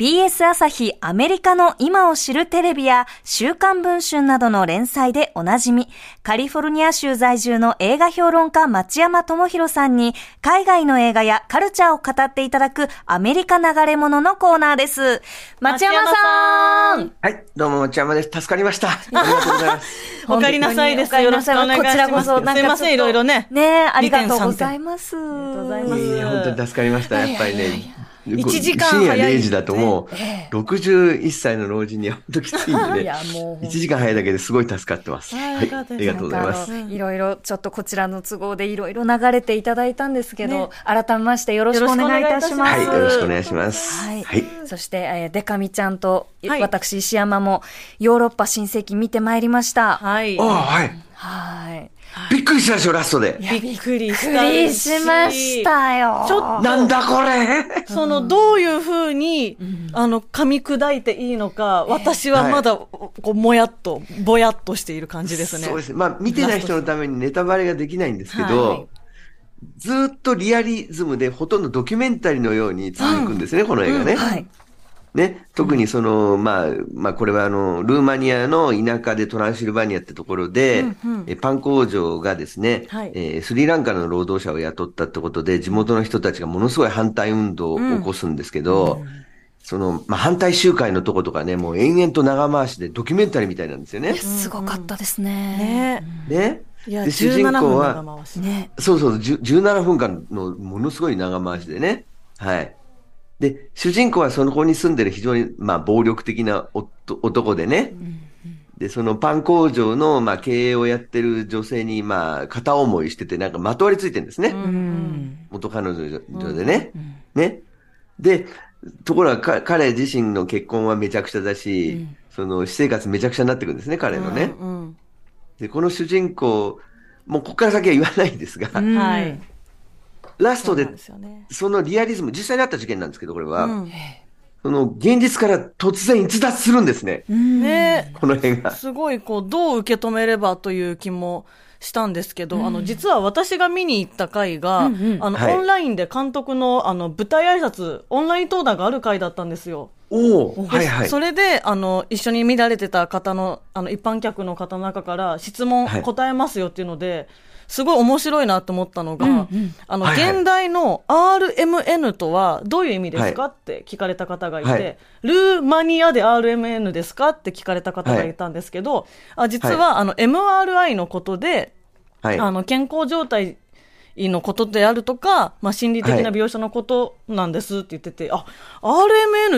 BS 朝日アメリカの今を知るテレビや週刊文春などの連載でおなじみ、カリフォルニア州在住の映画評論家町山智博さんに海外の映画やカルチャーを語っていただくアメリカ流れ物のコーナーです。町山さん。 はい、どうも町山です。助かりました。ありがとうございます。 お帰りなさいです。よろしくお願いします。 こちらこそすいません、いろいろね。 ね、ありがとうございます。 ありがとうございます。 本当に助かりました。やっぱりね。 1時間早い。深夜0時だともう、61歳の老人には本当きついんでね。1時間早いだけですごい助かってます。はい。ありがとうございます。 いろいろ、ちょっとこちらの都合でいろいろ流れていただいたんですけど、改めましてよろしくお願いいたします。 はい、よろしくお願いします。 はい。そして、デカミちゃんと、私、石山も、ヨーロッパ新世紀見てまいりました。 はい。 はい。 はい。 びっくりしたでしょ、ラストで。 びっくりしましたよ。 なんだこれ。 どういう風に、噛み砕いていいのか、私はまだ、ぼやっとしている感じですね。 そうですね。まあ、見てない人のためにネタバレができないんですけど、ずっとリアリズムで、ほとんどドキュメンタリーのように続くんですね、この映画ね。はい。ね、特にまあ、これはルーマニアの田舎でトランシルバニアってところで、パン工場がですね、スリランカの労働者を雇ったってことで、地元の人たちがものすごい反対運動を起こすんですけど、まあ、反対集会のとことかね、もう延々と長回しでドキュメンタリーみたいなんですよね。 すごかったですね。 ね。 で、主人公は、 そうそう、17分間のものすごい長回しでね。はい。で、主人公はその子に住んでる非常に、まあ、暴力的な男でね。で、そのパン工場の、まあ、経営をやってる女性に、まあ、片思いしてて、なんかまとわりついてるんですね。元彼女でね。ね。で、ところが彼自身の結婚はめちゃくちゃだし、私生活めちゃくちゃになってくるんですね、彼のね。で、この主人公、もうここから先は言わないんですが、 はい。 ラストで、そのリアリズム、実際にあった事件なんですけど、これは、現実から突然逸脱するんですね。この辺が。 すごい、どう受け止めればという気もしたんですけど、実は私が見に行った回が、オンラインで監督の、舞台挨拶、オンライン登壇がある回だったんですよ。 はいはい。 それで、一緒に見られてた方の、一般客の方の中から質問答えますよっていうので、すごい面白いなと思ったのが、現代の RMN とはどういう意味ですかって聞かれた方がいて、ルーマニアで RMN ですかって聞かれた方がいたんですけど、実はMRI のことで、健康状態のことであるとか、まあ、心理的な描写のことなんですって言ってて、RMN って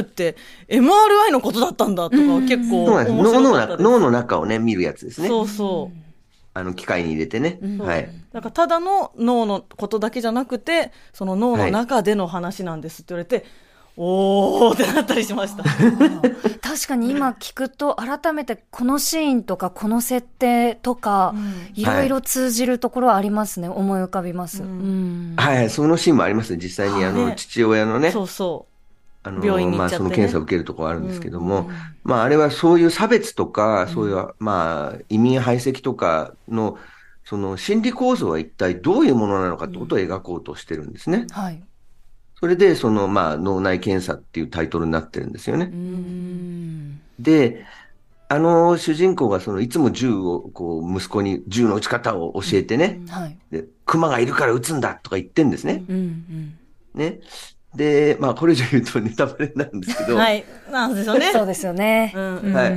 MRI のことだったんだとか結構面白かったです。 脳の中をね、見るやつですね。 そうそう。 機械に入れてね。はい。 だからただの脳のことだけじゃなくて、その脳の中での話なんですって言われて、おーってなったりしました。 確かに今聞くと、改めてこのシーンとかこの設定とか、いろいろ通じるところはありますね。思い浮かびます。 はい、そのシーンもありますね。実際に父親のね。 そうそう。 病院に行っちゃってね、まあ、その検査を受けるところあるんですけども、まあ、あれはそういう差別とか、そういう、まあ、移民排斥とかの、その心理構造は一体どういうものなのかってことを描こうとしてるんですね。 はい。 それで、まあ、脳内検査っていうタイトルになってるんですよね。で、主人公がいつも銃を、息子に銃の撃ち方を教えてね、で、熊がいるから撃つんだとか言ってんですね。ね。で、まあ、これ以上言うとネタバレなんですけど。 はい。なんですよね。 そうですよね。 はい。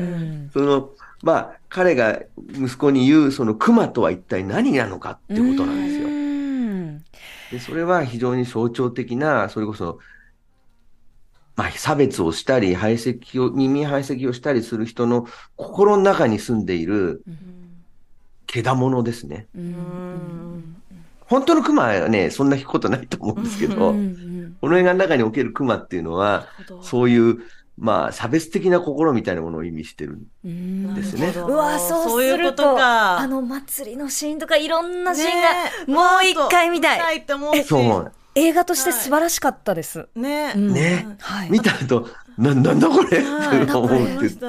まあ、彼が息子に言う、熊とは一体何なのかってことなんですよ。で、それは非常に象徴的な、それこそ、まあ、差別をしたり、耳排斥をしたりする人の心の中に住んでいる、けだものですね。本当の熊はね、そんなことないと思うんですけど、この映画の中における熊っていうのは、そういう、まあ、差別的な心みたいなものを意味してるんですね。 うわ、そうすると、祭りのシーンとかいろんなシーンが、もう一回見たい。 そう。 映画として素晴らしかったです。 ね。 見た後、なんだこれって思うって。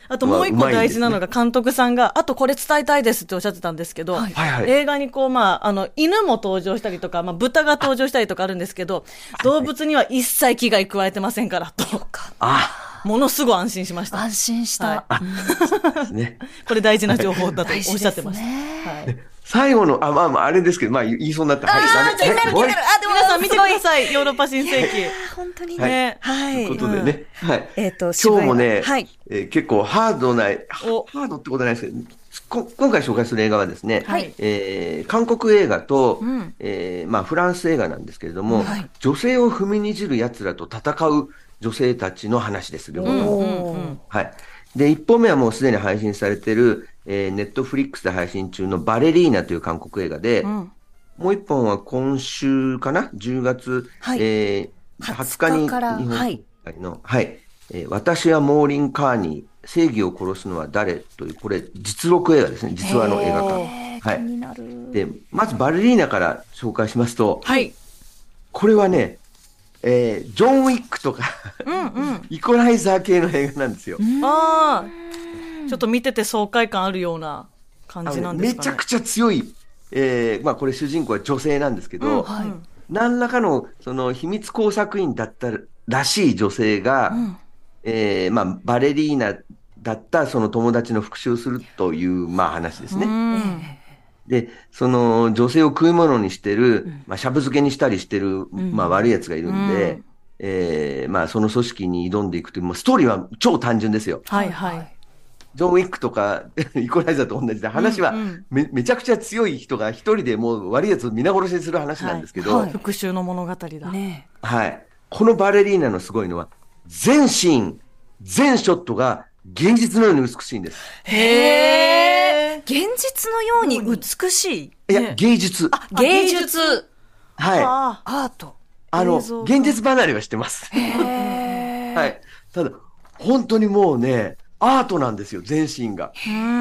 あともう一個大事なのが、監督さんが、あとこれ伝えたいですっておっしゃってたんですけど、 はいはい、 映画にこう、犬も登場したりとか、豚が登場したりとかあるんですけど、動物には一切危害加えてませんから、と。ものすごい安心しました。 安心した。 ね、 これ大事な情報だとおっしゃってました。はい。 最後の、あれですけど、言いそうになった。 気になる。でも皆さん見てください。ヨーロッパ新世紀。 本当にね。 はい。ということでね。はい。 今日もね、結構ハードってことないですけど、今回紹介する映画はですね、韓国映画と、フランス映画なんですけれども、女性を踏みにじる奴らと戦う女性たちの話です。両方。はい。で、1本目はもうすでに配信されている、ネットフリックスで配信中のバレリーナという韓国映画で、もう1本は今週かな ?10 月、20日に日本の、私はモーリン・カーニー、正義を殺すのは誰という、これ実録映画ですね。実話の映画化。 気になる。 で、まずバレリーナから紹介しますと、これはね、ジョン・ウィックとかイコライザー系の映画なんですよ。 ちょっと見てて爽快感あるような感じなんですかね。 めちゃくちゃ強い、これ主人公は女性なんですけど、何らかのその秘密工作員だったらしい女性が、バレリーナだったその友達の復讐をするという、話ですね。で、その女性を食い物にしてる、しゃぶ漬けにしたりしてる、悪い奴がいるんで、その組織に挑んでいくという、ストーリーは超単純ですよ。ジョン・ウィックとかイコライザーと同じで、話はめちゃくちゃ強い人が一人でもう悪い奴を皆殺しにする話なんですけど、 復讐の物語だ。 このバレリーナのすごいのは、全シーン、全ショットが現実のように美しいんです。 現実のように美しい。 いや、芸術。 芸術。 アート。 現実離れはしてます。ただ、本当にもうね、アートなんですよ、全身が。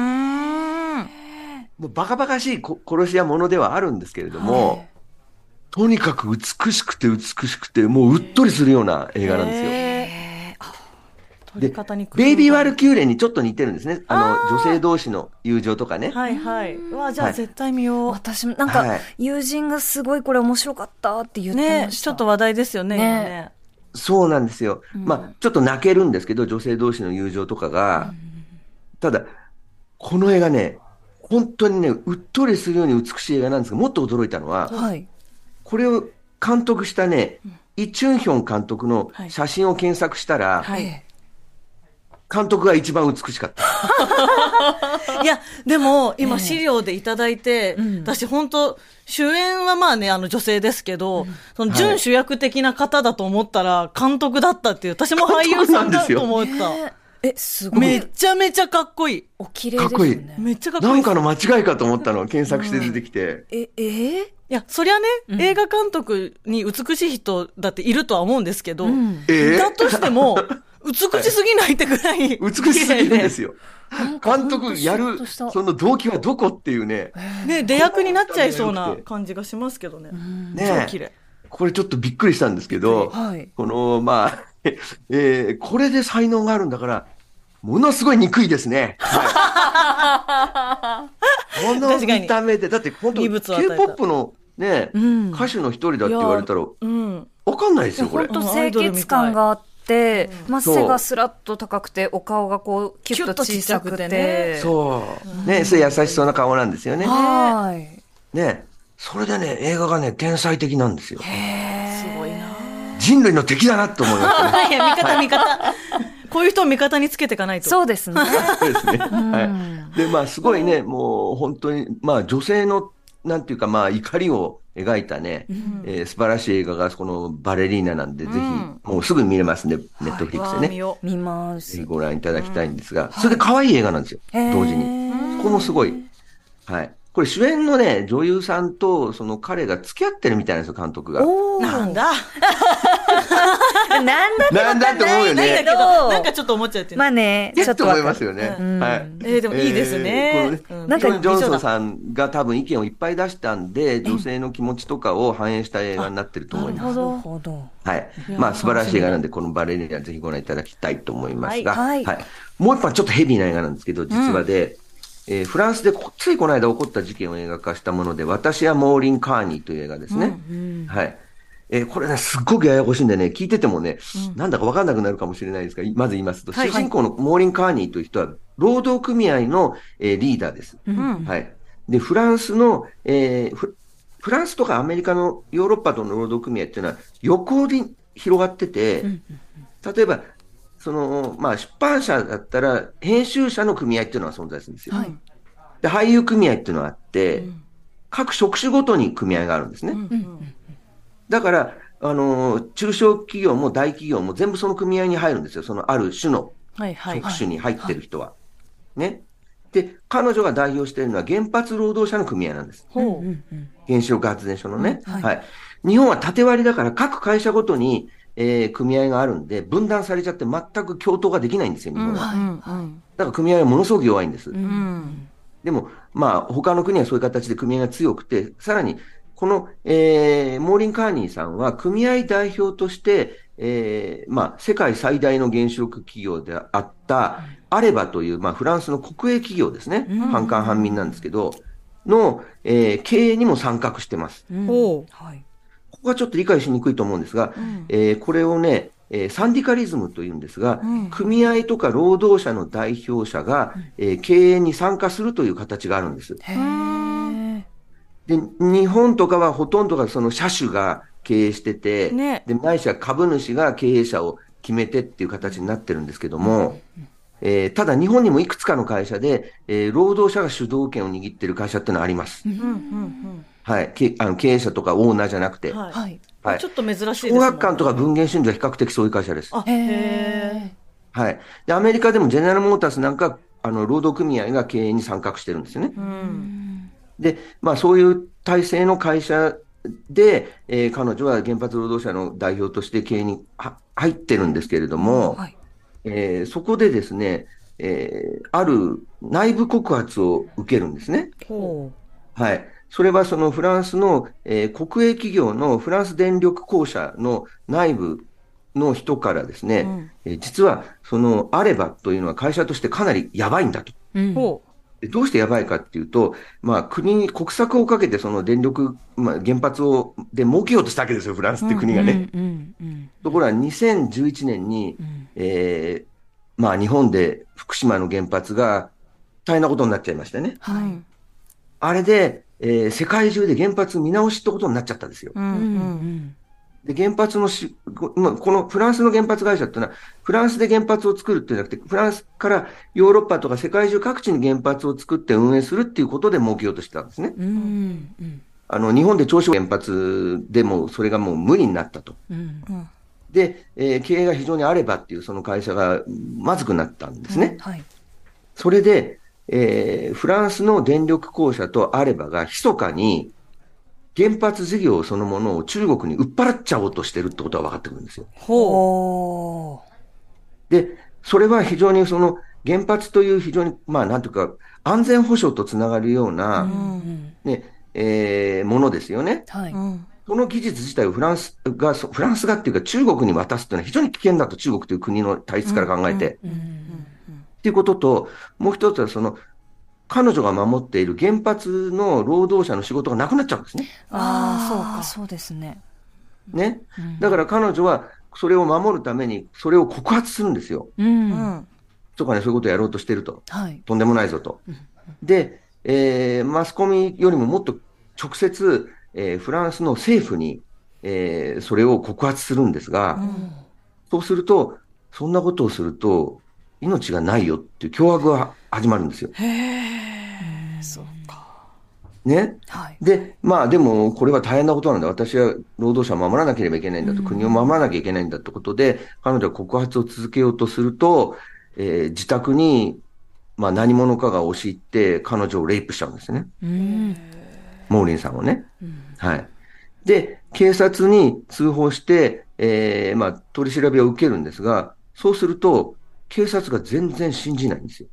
もうバカバカしい殺し屋ものではあるんですけれども、とにかく美しくて、もううっとりするような映画なんですよ。で、ベイビー・ワルキューレにちょっと似てるんですね。女性同士の友情とかね。 じゃあ絶対見よう。 私もなんか、友人がすごいこれ面白かったって言ってました。 ちょっと話題ですよね。 そうなんですよ。ちょっと泣けるんですけど、女性同士の友情とかが。ただ、この映画ね、本当にね、うっとりするように美しい映画なんですが、もっと驚いたのは、これを監督したね、イ・チュンヒョン監督の写真を検索したら、監督が一番美しかった。 いや、でも、今資料でいただいて、私本当、主演は女性ですけど、その準主役的な方だと思ったら、監督だったっていう、私も俳優さんだと思った。 すごい。 めちゃめちゃかっこいい。 お綺麗ですよね。 めっちゃかっこいい。 なんかの間違いかと思ったの、検索して出てきて。 いや、そりゃね、映画監督に美しい人だっているとは思うんですけど、だとしても、美しすぎないってぐらい。 美しすぎるんですよ。監督やる、その動機はどこっていうね。 出役になっちゃいそうな感じがしますけどね。超綺麗。 これちょっとびっくりしたんですけど、この、これで才能があるんだから、ものすごい憎いですね。この見た目で、だって本当 K-POP のね、歌手の一人だって言われたら、わかんないですよ、これ。 本当清潔感があって、背がスラッと高くて、お顔がこう、キュッと小さくて。 そう。そういう優しそうな顔なんですよね。それでね、映画がね、天才的なんですよ。 すごいな。 人類の敵だなと思いましたね。 いや、味方。こういう人を味方につけていかないと。 そうですね。 そうですね。で、すごいね、もう本当に、女性の、なんていうか、怒りを描いたね、素晴らしい映画が、このバレリーナなんで、ぜひ、もうすぐ見れますね、ネットフリックスでね。 見ます。 ぜひご覧いただきたいんですが、それで可愛い映画なんですよ、同時に。ここもすごい。 これ主演のね、女優さんと、その彼が付き合ってるみたいなんですよ、監督が。 なんだなんだと思うよね。 なんかちょっと思っちゃって。 まあね、 ちょっと思いますよね。はい。 でもいいですね。 なんか、ジョンソンさんが多分意見をいっぱい出したんで、女性の気持ちとかを反映した映画になってると思います。 なるほど。 はい。まあ、素晴らしい映画なんで、このバレリーナぜひご覧いただきたいと思いますが、はい。もう一本ちょっとヘビーな映画なんですけど、実話で、フランスでついこの間起こった事件を映画化したもので、私はモーリン・カーニーという映画ですね。はい。これね、すっごくややこしいんでね、聞いててもね、なんだかわかんなくなるかもしれないですが、まず言いますと、主人公のモーリン・カーニーという人は、労働組合の、リーダーです。はい。で、フランスの、フランスとかアメリカのヨーロッパとの労働組合っていうのは横に広がってて、例えば、まあ、出版社だったら、編集者の組合っていうのは存在するんですよ。で、俳優組合っていうのがあって、各職種ごとに組合があるんですね。だから、中小企業も大企業も全部その組合に入るんですよ。そのある種の職種に入ってる人は。ね。で、彼女が代表しているのは原発労働者の組合なんです。原子力発電所のね。はい。日本は縦割りだから各会社ごとに、組合があるんで、分断されちゃって全く共闘ができないんですよ、日本は。だから組合はものすごく弱いんです。でも、まあ、他の国はそういう形で組合が強くて、さらに、この、モーリン・カーニーさんは組合代表として、まあ、世界最大の原子力企業であった、アレバという、まあ、フランスの国営企業ですね。半官半民なんですけど、の、経営にも参画してます。ここはちょっと理解しにくいと思うんですが、これをね、サンディカリズムというんですが、組合とか労働者の代表者が、経営に参加するという形があるんです。で、日本とかはほとんどがその社主が経営してて、で、ないしは株主が経営者を決めてっていう形になってるんですけども、ただ日本にもいくつかの会社で、労働者が主導権を握っている会社っていうのはあります。はい。経営者とかオーナーじゃなくて。 はい。ちょっと珍しいですね。 小学館とか文藝春秋は比較的そういう会社です。はい。で、アメリカでもジェネラルモータースなんか、労働組合が経営に参画してるんですよね。で、まあそういう体制の会社で、彼女は原発労働者の代表として経営に入ってるんですけれども、そこでですね、ある内部告発を受けるんですね。はい。それはそのフランスの、国営企業のフランス電力公社の内部の人からですね、実はそのアレバというのは会社としてかなりやばいんだと。どうしてやばいかっていうと、まあ国に国策をかけてその電力、まあ、原発で儲けようとしたわけですよ、フランスって国がね。ところが2011年に、まあ日本で福島の原発が大変なことになっちゃいましたね。あれで、世界中で原発見直しってことになっちゃったんですよ。で、原発のまあ、このフランスの原発会社っていうのは、フランスで原発を作るっていうんじゃなくて、フランスからヨーロッパとか世界中各地に原発を作って運営するっていうことで儲けようとしてたんですね。日本で銚子原発でもそれがもう無理になったと。で、経営が非常にあればっていうその会社がまずくなったんですね。それで、フランスの電力公社とアレバが密かに原発事業そのものを中国に売っ払っちゃおうとしてるってことが分かってくるんですよ。で、それは非常にその原発という非常に、まあなんていうか、安全保障とつながるような、ね、ものですよね。その技術自体をフランスがっていうか中国に渡すっていうのは非常に危険だと、中国という国の体質から考えて。っていうことと、もう一つはその、彼女が守っている原発の労働者の仕事がなくなっちゃうんですね。 そうか、そうですね。 ね。だから彼女はそれを守るために、それを告発するんですよ。とかね、そういうことをやろうとしてると。とんでもないぞと。で、マスコミよりももっと直接、フランスの政府に、それを告発するんですが、そうすると、そんなことをすると、命がないよっていう脅迫が始まるんですよ。 そうか。 ね。で、まあでも、これは大変なことなんだ。私は労働者を守らなければいけないんだと、国を守らなきゃいけないんだってことで、彼女は告発を続けようとすると、自宅に、 まあ何者かが押し入って彼女をレイプしちゃうんですね。モーリンさんをね。はい。で、警察に通報して、まあ取り調べを受けるんですが、そうすると、警察が全然信じないんですよ。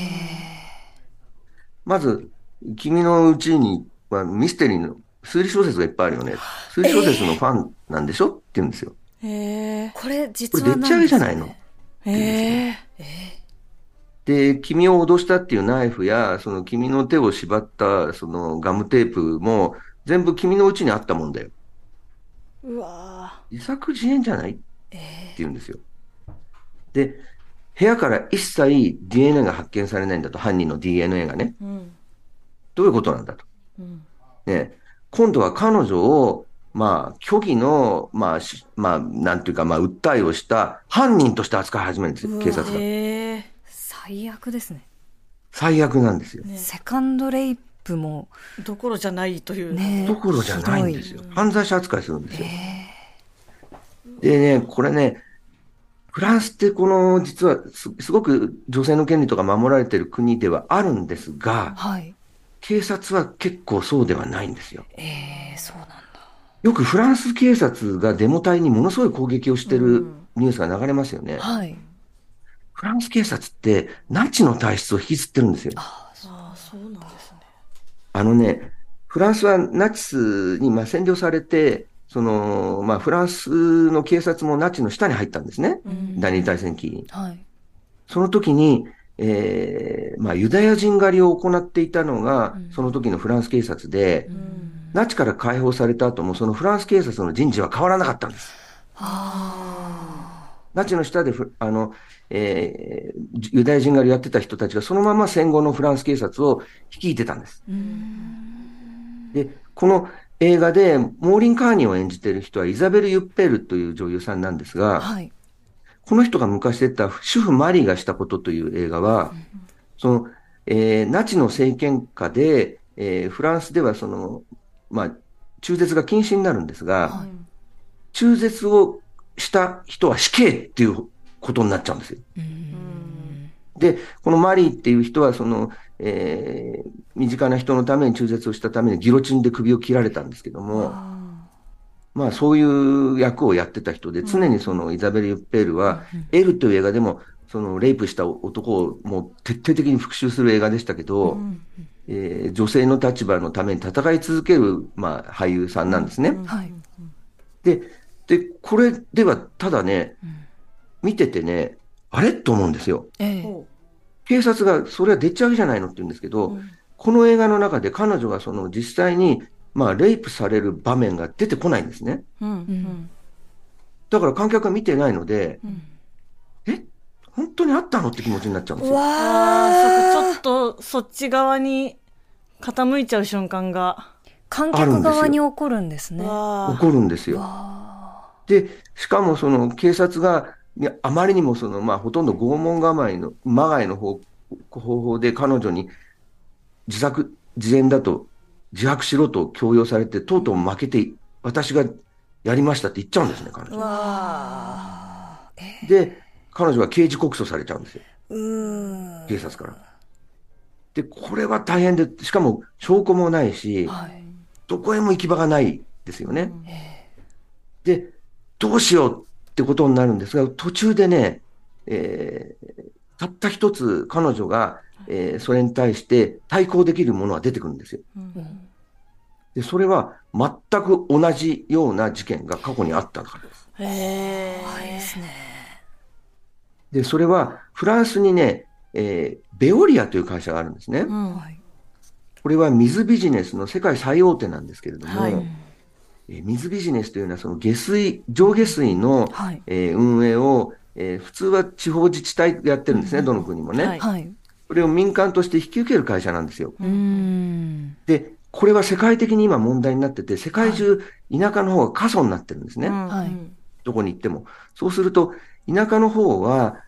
まず、君のうちにはミステリーの推理小説がいっぱいあるよね。推理小説のファンなんでしょって言うんですよ。 これ実これでっち上げじゃないのって言うんですよ。で、君を脅したっていうナイフや、その君の手を縛ったそのガムテープも全部君のうちにあったもんだよ。 うわ自作自演じゃないって言うんですよ。で、部屋から一切 DNA が発見されないんだと、犯人の DNA がね。どういうことなんだと。ね、今度は彼女を、まあ、虚偽の、まあ、なんていうか、まあ、訴えをした犯人として扱い始めるんですよ、警察が。 最悪ですね。 最悪なんですよ。 セカンドレイプも。 どころじゃないという。 どころじゃないんですよ。犯罪者扱いするんですよ。でね、これね、フランスって実はすごく女性の権利とか守られている国ではあるんですが、警察は結構そうではないんですよ。 そうなんだ。 よくフランス警察がデモ隊にものすごい攻撃をしてるニュースが流れますよね。フランス警察ってナチの体質を引きずってるんですよ。 そうなんですね。 フランスはナチスに占領されて、フランスの警察もナチの下に入ったんですね。第二次大戦期に。その時に、ユダヤ人狩りを行っていたのが、その時のフランス警察で、ナチから解放された後も、そのフランス警察の人事は変わらなかったんです。ナチの下でユダヤ人狩りやってた人たちがそのまま戦後のフランス警察を率いてたんです。で、この映画でモーリン・カーニーを演じている人はイザベル・ユッペルという女優さんなんですが、この人が昔出た主婦マリーがしたことという映画は、ナチの政権下で、フランスでは中絶が禁止になるんですが、中絶をした人は死刑っていうことになっちゃうんですよ。で、このマリーっていう人は、身近な人のために中絶をしたためにギロチンで首を切られたんですけども、まあそういう役をやってた人で、常にイザベル・ユッペールは、エルという映画でも、レイプした男をもう徹底的に復讐する映画でしたけど、女性の立場のために戦い続ける、まあ、俳優さんなんですね。で、これではただね、見ててね、あれと思うんですよ。警察が、それはでっち上げじゃないのって言うんですけど、この映画の中で彼女が実際に、まあ、レイプされる場面が出てこないんですね。だから観客が見てないので、本当にあったのって気持ちになっちゃうんですよ。 ちょっとそっち側に傾いちゃう瞬間が。 観客側に起こるんですね。 起こるんですよ。で、しかも警察が、あまりにもほとんど拷問まがいの方法で彼女に自演だと自白しろと強要されて、とうとう負けて、私がやりましたって言っちゃうんですね、彼女。で、彼女は刑事告訴されちゃうんですよ。警察から。で、これは大変で、しかも証拠もないし、どこへも行き場がないですよね。で、どうしようってことになるんですが、途中でね、たった一つ彼女が、それに対して対抗できるものが出てくるんですよ。で、それは全く同じような事件が過去にあったからです。 怖いですね。 で、それはフランスにね、ベオリアという会社があるんですね。これは水ビジネスの世界最大手なんですけれども、水ビジネスというのは上下水の、運営を、普通は地方自治体がやってるんですね、どの国もね。それを民間として引き受ける会社なんですよ。で、これは世界的に今問題になってて、世界中田舎の方が過疎になってるんですね。どこに行っても。そうすると、田舎の方は、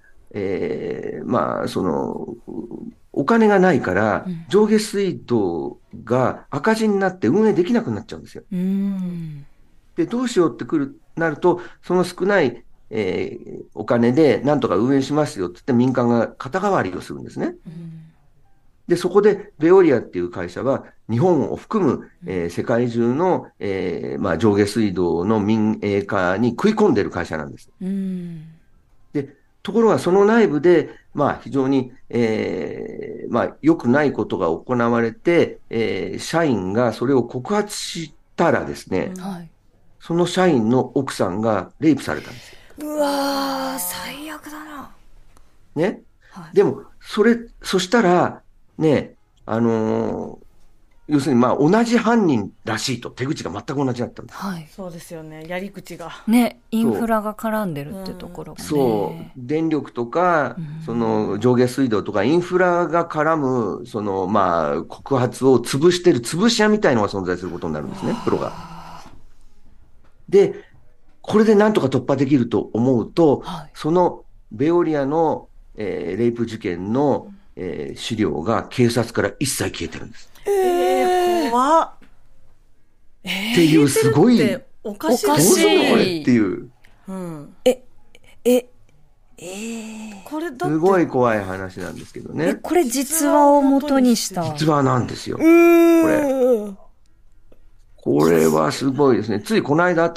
お金がないから、上下水道が赤字になって運営できなくなっちゃうんですよ。で、どうしようってなると、その少ない、 お金でなんとか運営しますよって言って民間が肩代わりをするんですね。で、そこでベオリアっていう会社は日本を含む、世界中の、上下水道の民営化に食い込んでいる会社なんです。で、ところがその内部で、非常に、良くないことが行われて、社員がそれを告発したらですね、その社員の奥さんがレイプされたんですよ。 うわー、最悪だな。 ね。でも、そしたら、ね、要するに同じ犯人らしいと、手口が全く同じだったんです。 そうですよね、やり口が。 ね、インフラが絡んでるってところがね。 そう、電力とか、その上下水道とかインフラが絡む、その、告発を潰してる潰し屋みたいのが存在することになるんですね、プロが。で、これでなんとか突破できると思うと、そのベオリアの、レイプ事件の、資料が警察から一切消えてるんです。 怖っ。 っていうすごい、 おかしい。 どうぞこれっていう。 これだってすごい怖い話なんですけどね。 これ実話を元にした。 実話なんですよ。これはすごいですね。ついこの間あった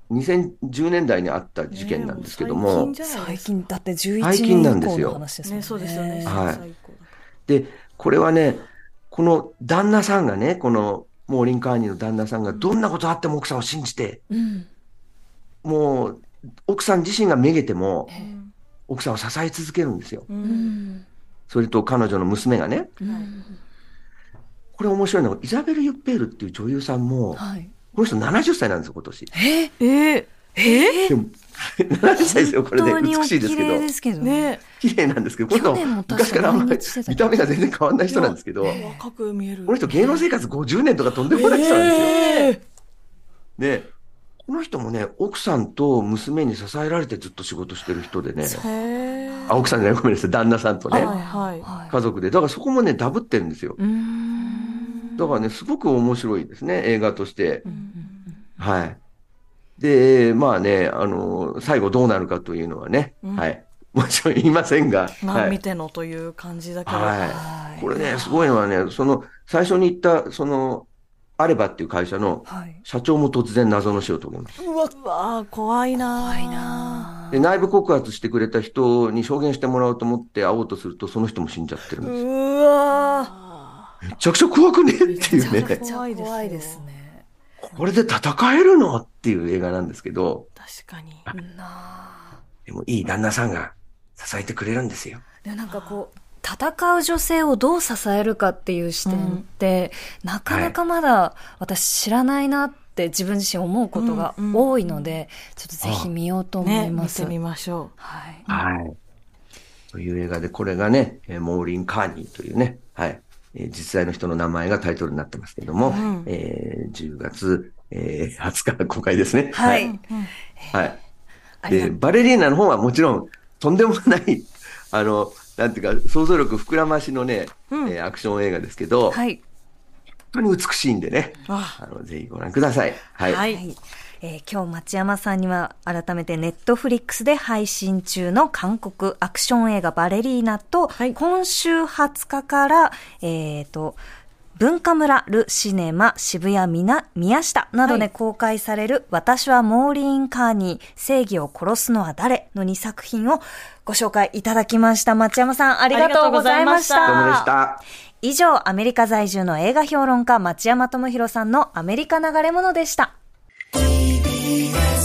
、2010年代にあった事件なんですけども。 最近だって11年以降の話ですよね。 そうですよね。 で、これはね、この旦那さんがね、このモーリン・カーニーの旦那さんがどんなことあっても奥さんを信じて、もう奥さん自身がめげても、奥さんを支え続けるんですよ。それと彼女の娘がね。これ面白いのが、イザベル・ユッペールっていう女優さんも、この人70歳なんですよ、今年。でも70歳ですよ、これで、美しいですけど。綺麗なんですけど、この人昔からあんまり見た目が全然変わんない人なんですけど、 若く見える。 この人芸能生活50年とかとんでもない人なんですよ。で、この人もね、奥さんと娘に支えられてずっと仕事してる人でね、奥さんじゃない、ごめんなさい、旦那さんとね、家族で。だからそこもね、ダブってるんですよ。だからね、すごく面白いですね、映画として。はい。で、最後どうなるかというのはね、もちろん言いませんが。 見てのという感じだけど。 これね、すごいのはね、最初に言った、アレバっていう会社の社長も突然謎の死を遂げます。 うわ、怖いな。 で、内部告発してくれた人に証言してもらおうと思って会おうとすると、その人も死んじゃってるんですよ。めちゃくちゃ怖くねっていうね。 めちゃくちゃ怖いですね。 これで戦えるのっていう映画なんですけど。 確かに。 でもいい旦那さんが支えてくれるんですよ。 でなんかこう、戦う女性をどう支えるかっていう視点って、なかなかまだ私知らないなって自分自身思うことが多いので、ちょっとぜひ見ようと思います。 見てみましょう。という映画で、これがね、モーリン・カーニーというね、実在の人の名前がタイトルになってますけども、10月、20日公開ですね。で、バレリーナの方はもちろん、とんでもない、なんていうか、想像力膨らましのね、アクション映画ですけど、本当に美しいんでね、ぜひご覧ください。 今日町山さんには改めてネットフリックスで配信中の韓国アクション映画バレリーナと、今週20日から、文化村ルシネマ渋谷宮下などで公開される、私はモーリーン・カーニー正義を殺すのは誰の2作品をご紹介いただきました。町山さんありがとうございました。 どうもでした。 以上、アメリカ在住の映画評論家町山智博さんのアメリカ流れ物でした。TBS